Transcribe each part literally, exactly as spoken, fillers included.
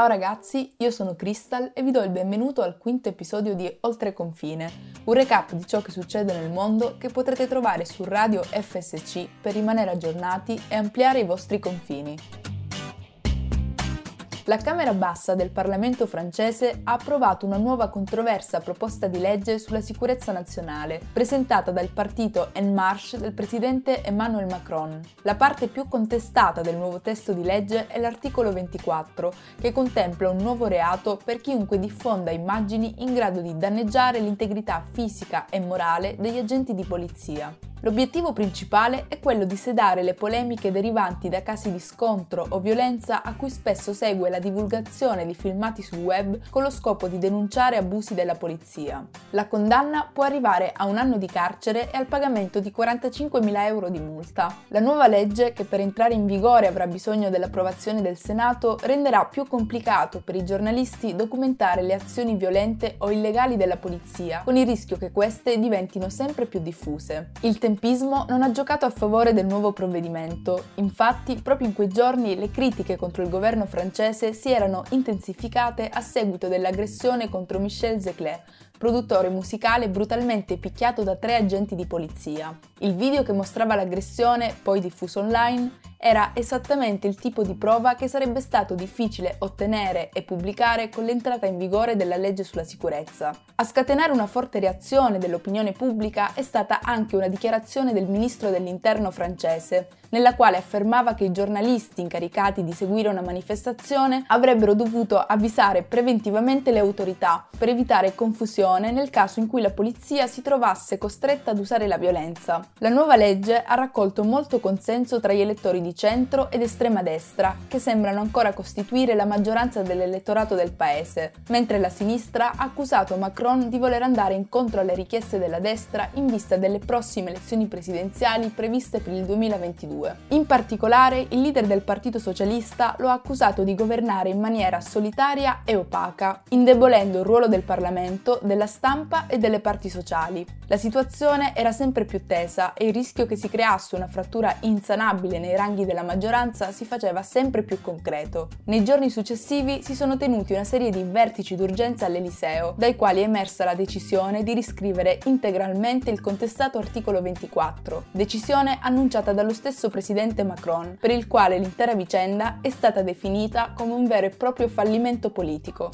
Ciao ragazzi, io sono Crystal e vi do il benvenuto al quinto episodio di Oltre Confine, un recap di ciò che succede nel mondo che potrete trovare su Radio F S C per rimanere aggiornati e ampliare i vostri confini. La Camera Bassa del Parlamento francese ha approvato una nuova controversa proposta di legge sulla sicurezza nazionale, presentata dal partito En Marche del presidente Emmanuel Macron. La parte più contestata del nuovo testo di legge è l'articolo ventiquattro, che contempla un nuovo reato per chiunque diffonda immagini in grado di danneggiare l'integrità fisica e morale degli agenti di polizia. L'obiettivo principale è quello di sedare le polemiche derivanti da casi di scontro o violenza a cui spesso segue la divulgazione di filmati sul web con lo scopo di denunciare abusi della polizia. La condanna può arrivare a un anno di carcere e al pagamento di quarantacinquemila euro di multa. La nuova legge, che per entrare in vigore avrà bisogno dell'approvazione del Senato, renderà più complicato per i giornalisti documentare le azioni violente o illegali della polizia, con il rischio che queste diventino sempre più diffuse. Il Il tempismo non ha giocato a favore del nuovo provvedimento, infatti proprio in quei giorni le critiche contro il governo francese si erano intensificate a seguito dell'aggressione contro Michel Zeclé, produttore musicale brutalmente picchiato da tre agenti di polizia. Il video che mostrava l'aggressione, poi diffuso online, era esattamente il tipo di prova che sarebbe stato difficile ottenere e pubblicare con l'entrata in vigore della legge sulla sicurezza. A scatenare una forte reazione dell'opinione pubblica è stata anche una dichiarazione del ministro dell'Interno francese, nella quale affermava che i giornalisti incaricati di seguire una manifestazione avrebbero dovuto avvisare preventivamente le autorità per evitare confusione nel caso in cui la polizia si trovasse costretta ad usare la violenza. La nuova legge ha raccolto molto consenso tra gli elettori di centro ed estrema destra, che sembrano ancora costituire la maggioranza dell'elettorato del paese, mentre la sinistra ha accusato Macron di voler andare incontro alle richieste della destra in vista delle prossime elezioni presidenziali previste per il duemilaventidue. In particolare, il leader del Partito Socialista lo ha accusato di governare in maniera solitaria e opaca, indebolendo il ruolo del Parlamento, della stampa e delle parti sociali. La situazione era sempre più tesa e il rischio che si creasse una frattura insanabile nei ranghi della maggioranza si faceva sempre più concreto. Nei giorni successivi si sono tenuti una serie di vertici d'urgenza all'Eliseo, dai quali è emersa la decisione di riscrivere integralmente il contestato articolo ventiquattro, decisione annunciata dallo stesso presidente Macron, per il quale l'intera vicenda è stata definita come un vero e proprio fallimento politico.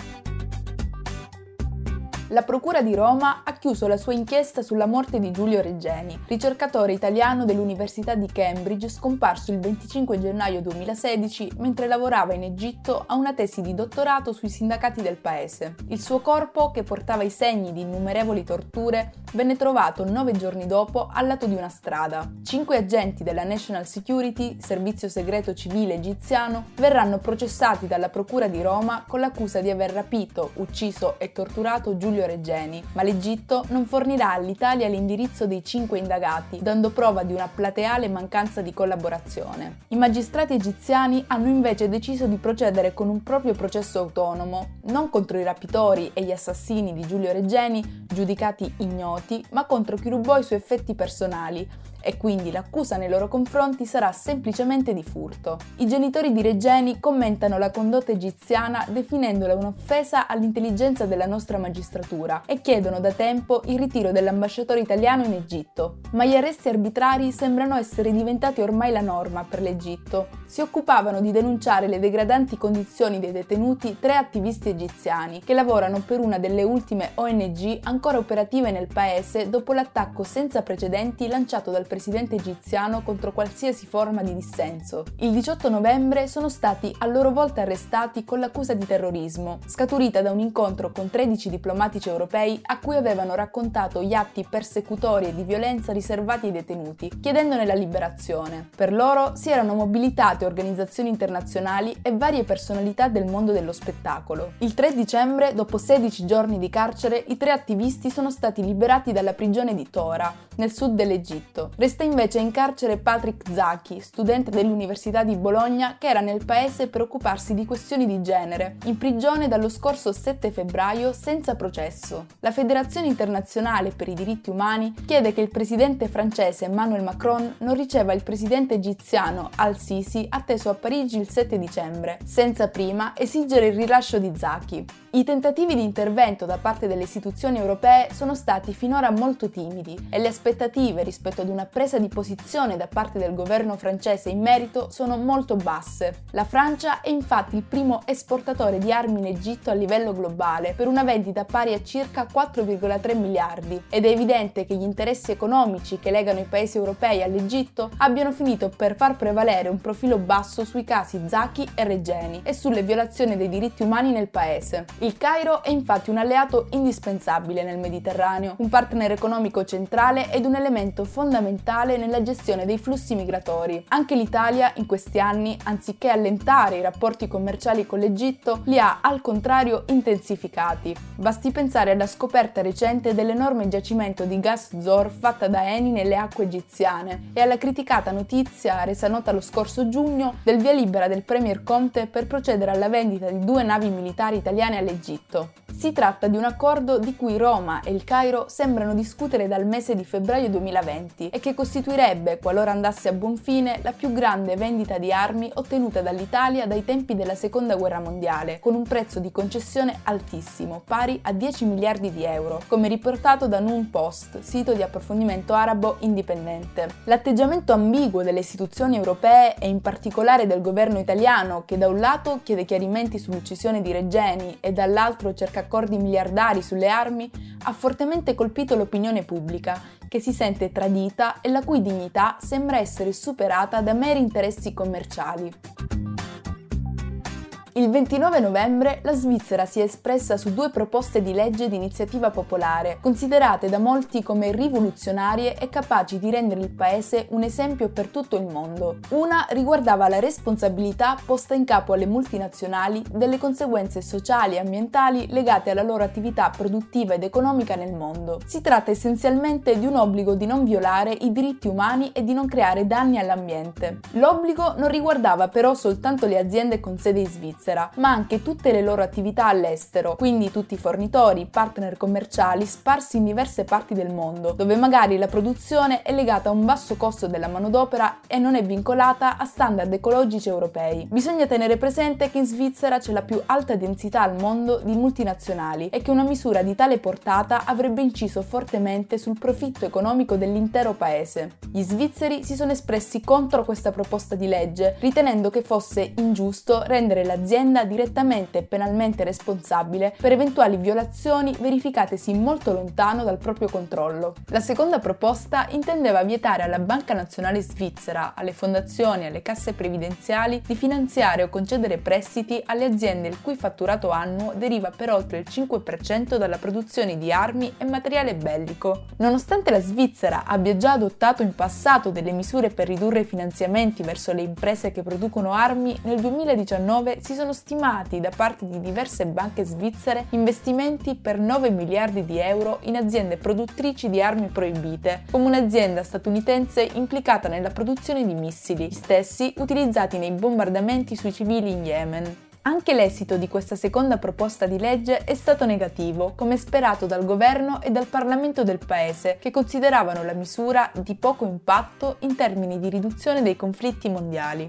La Procura di Roma ha chiuso la sua inchiesta sulla morte di Giulio Regeni, ricercatore italiano dell'Università di Cambridge scomparso il venticinque gennaio duemilasedici mentre lavorava in Egitto a una tesi di dottorato sui sindacati del paese. Il suo corpo, che portava i segni di innumerevoli torture, venne trovato nove giorni dopo al lato di una strada. Cinque agenti della National Security, servizio segreto civile egiziano, verranno processati dalla Procura di Roma con l'accusa di aver rapito, ucciso e torturato Giulio Regeni, ma l'Egitto non fornirà all'Italia l'indirizzo dei cinque indagati, dando prova di una plateale mancanza di collaborazione. I magistrati egiziani hanno invece deciso di procedere con un proprio processo autonomo, non contro i rapitori e gli assassini di Giulio Regeni, giudicati ignoti, ma contro chi rubò i suoi effetti personali, e quindi l'accusa nei loro confronti sarà semplicemente di furto. I genitori di Regeni commentano la condotta egiziana definendola un'offesa all'intelligenza della nostra magistratura e chiedono da tempo il ritiro dell'ambasciatore italiano in Egitto. Ma gli arresti arbitrari sembrano essere diventati ormai la norma per l'Egitto. Si occupavano di denunciare le degradanti condizioni dei detenuti tre attivisti egiziani che lavorano per una delle ultime O N G ancora operative nel paese dopo l'attacco senza precedenti lanciato dal presidente egiziano contro qualsiasi forma di dissenso. Il diciotto novembre sono stati a loro volta arrestati con l'accusa di terrorismo, scaturita da un incontro con tredici diplomatici europei a cui avevano raccontato gli atti persecutori e di violenza riservati ai detenuti, chiedendone la liberazione. Per loro si erano mobilitate organizzazioni internazionali e varie personalità del mondo dello spettacolo. Il tre dicembre, dopo sedici giorni di carcere, i tre attivisti sono stati liberati dalla prigione di Tora, nel sud dell'Egitto, Resta invece in carcere Patrick Zaki, studente dell'Università di Bologna che era nel paese per occuparsi di questioni di genere, in prigione dallo scorso sette febbraio senza processo. La Federazione Internazionale per i Diritti Umani chiede che il presidente francese Emmanuel Macron non riceva il presidente egiziano Al-Sisi atteso a Parigi il sette dicembre, senza prima esigere il rilascio di Zaki. I tentativi di intervento da parte delle istituzioni europee sono stati finora molto timidi e le aspettative rispetto ad una presa di posizione da parte del governo francese in merito sono molto basse. La Francia è infatti il primo esportatore di armi in Egitto a livello globale, per una vendita pari a circa quattro virgola tre miliardi, ed è evidente che gli interessi economici che legano i paesi europei all'Egitto abbiano finito per far prevalere un profilo basso sui casi Zaki e Regeni e sulle violazioni dei diritti umani nel paese. Il Cairo è infatti un alleato indispensabile nel Mediterraneo, un partner economico centrale ed un elemento fondamentale nella gestione dei flussi migratori. Anche l'Italia in questi anni, anziché allentare i rapporti commerciali con l'Egitto, li ha al contrario intensificati. Basti pensare alla scoperta recente dell'enorme giacimento di gas Zohr fatta da Eni nelle acque egiziane e alla criticata notizia resa nota lo scorso giugno del via libera del premier Conte per procedere alla vendita di due navi militari italiane all'Egitto. Si tratta di un accordo di cui Roma e il Cairo sembrano discutere dal mese di febbraio duemilaventi e che costituirebbe, qualora andasse a buon fine, la più grande vendita di armi ottenuta dall'Italia dai tempi della Seconda Guerra Mondiale, con un prezzo di concessione altissimo, pari a dieci miliardi di euro, come riportato da Noon Post, sito di approfondimento arabo indipendente. L'atteggiamento ambiguo delle istituzioni europee e in particolare del governo italiano, che da un lato chiede chiarimenti sull'uccisione di Regeni e dall'altro cerca accordi miliardari sulle armi, ha fortemente colpito l'opinione pubblica, che si sente tradita e la cui dignità sembra essere superata da meri interessi commerciali. Il ventinove novembre la Svizzera si è espressa su due proposte di legge di iniziativa popolare, considerate da molti come rivoluzionarie e capaci di rendere il paese un esempio per tutto il mondo. Una riguardava la responsabilità posta in capo alle multinazionali delle conseguenze sociali e ambientali legate alla loro attività produttiva ed economica nel mondo. Si tratta essenzialmente di un obbligo di non violare i diritti umani e di non creare danni all'ambiente. L'obbligo non riguardava però soltanto le aziende con sede in Svizzera, ma anche tutte le loro attività all'estero, quindi tutti i fornitori, partner commerciali sparsi in diverse parti del mondo, dove magari la produzione è legata a un basso costo della manodopera e non è vincolata a standard ecologici europei. Bisogna tenere presente che in Svizzera c'è la più alta densità al mondo di multinazionali e che una misura di tale portata avrebbe inciso fortemente sul profitto economico dell'intero paese. Gli svizzeri si sono espressi contro questa proposta di legge, ritenendo che fosse ingiusto rendere l'azienda direttamente e penalmente responsabile per eventuali violazioni verificatesi molto lontano dal proprio controllo. La seconda proposta intendeva vietare alla Banca Nazionale Svizzera, alle fondazioni e alle casse previdenziali di finanziare o concedere prestiti alle aziende il cui fatturato annuo deriva per oltre il cinque per cento dalla produzione di armi e materiale bellico. Nonostante la Svizzera abbia già adottato in passato delle misure per ridurre i finanziamenti verso le imprese che producono armi, nel duemiladiciannove si sono stimati da parte di diverse banche svizzere investimenti per nove miliardi di euro in aziende produttrici di armi proibite, come un'azienda statunitense implicata nella produzione di missili, gli stessi utilizzati nei bombardamenti sui civili in Yemen. Anche l'esito di questa seconda proposta di legge è stato negativo, come sperato dal governo e dal Parlamento del paese, che consideravano la misura di poco impatto in termini di riduzione dei conflitti mondiali.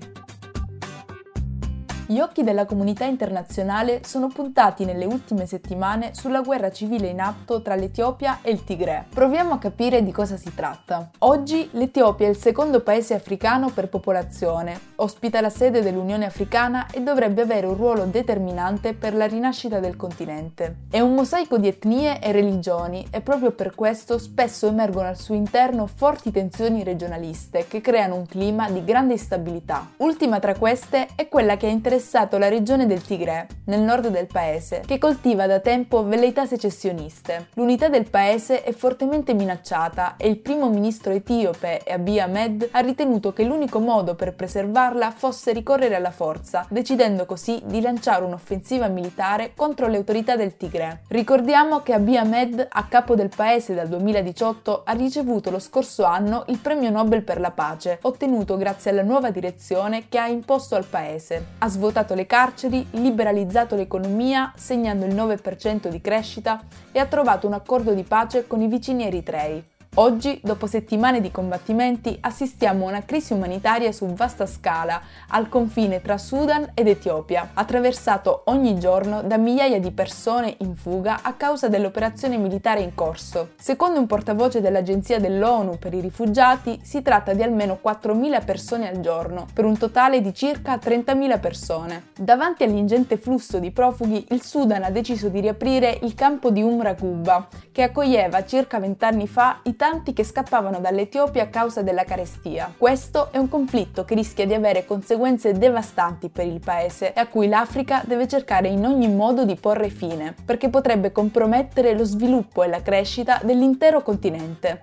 Gli occhi della comunità internazionale sono puntati nelle ultime settimane sulla guerra civile in atto tra l'Etiopia e il Tigray. Proviamo a capire di cosa si tratta. Oggi l'Etiopia è il secondo paese africano per popolazione, ospita la sede dell'Unione Africana e dovrebbe avere un ruolo determinante per la rinascita del continente. È un mosaico di etnie e religioni e proprio per questo spesso emergono al suo interno forti tensioni regionaliste che creano un clima di grande instabilità. Ultima tra queste è quella che ha interessato interessato la regione del Tigre, nel nord del paese, che coltiva da tempo velleità secessioniste. L'unità del paese è fortemente minacciata e il primo ministro etiope Abiy Ahmed ha ritenuto che l'unico modo per preservarla fosse ricorrere alla forza, decidendo così di lanciare un'offensiva militare contro le autorità del Tigre. Ricordiamo che Abiy Ahmed, a capo del paese dal duemiladiciotto, ha ricevuto lo scorso anno il premio Nobel per la pace, ottenuto grazie alla nuova direzione che ha imposto al paese. Ha svuotato le carceri, liberalizzato l'economia, segnando il nove per cento di crescita, e ha trovato un accordo di pace con i vicini eritrei. Oggi, dopo settimane di combattimenti, assistiamo a una crisi umanitaria su vasta scala al confine tra Sudan ed Etiopia, attraversato ogni giorno da migliaia di persone in fuga a causa dell'operazione militare in corso. Secondo un portavoce dell'Agenzia dell'ONU per i rifugiati, si tratta di almeno quattromila persone al giorno, per un totale di circa trentamila persone. Davanti all'ingente flusso di profughi, il Sudan ha deciso di riaprire il campo di Umm Raquba, che accoglieva circa vent'anni fa i tanti che scappavano dall'Etiopia a causa della carestia. Questo è un conflitto che rischia di avere conseguenze devastanti per il paese e a cui l'Africa deve cercare in ogni modo di porre fine, perché potrebbe compromettere lo sviluppo e la crescita dell'intero continente.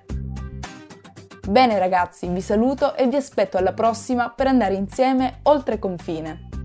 Bene ragazzi, vi saluto e vi aspetto alla prossima per andare insieme oltre confine.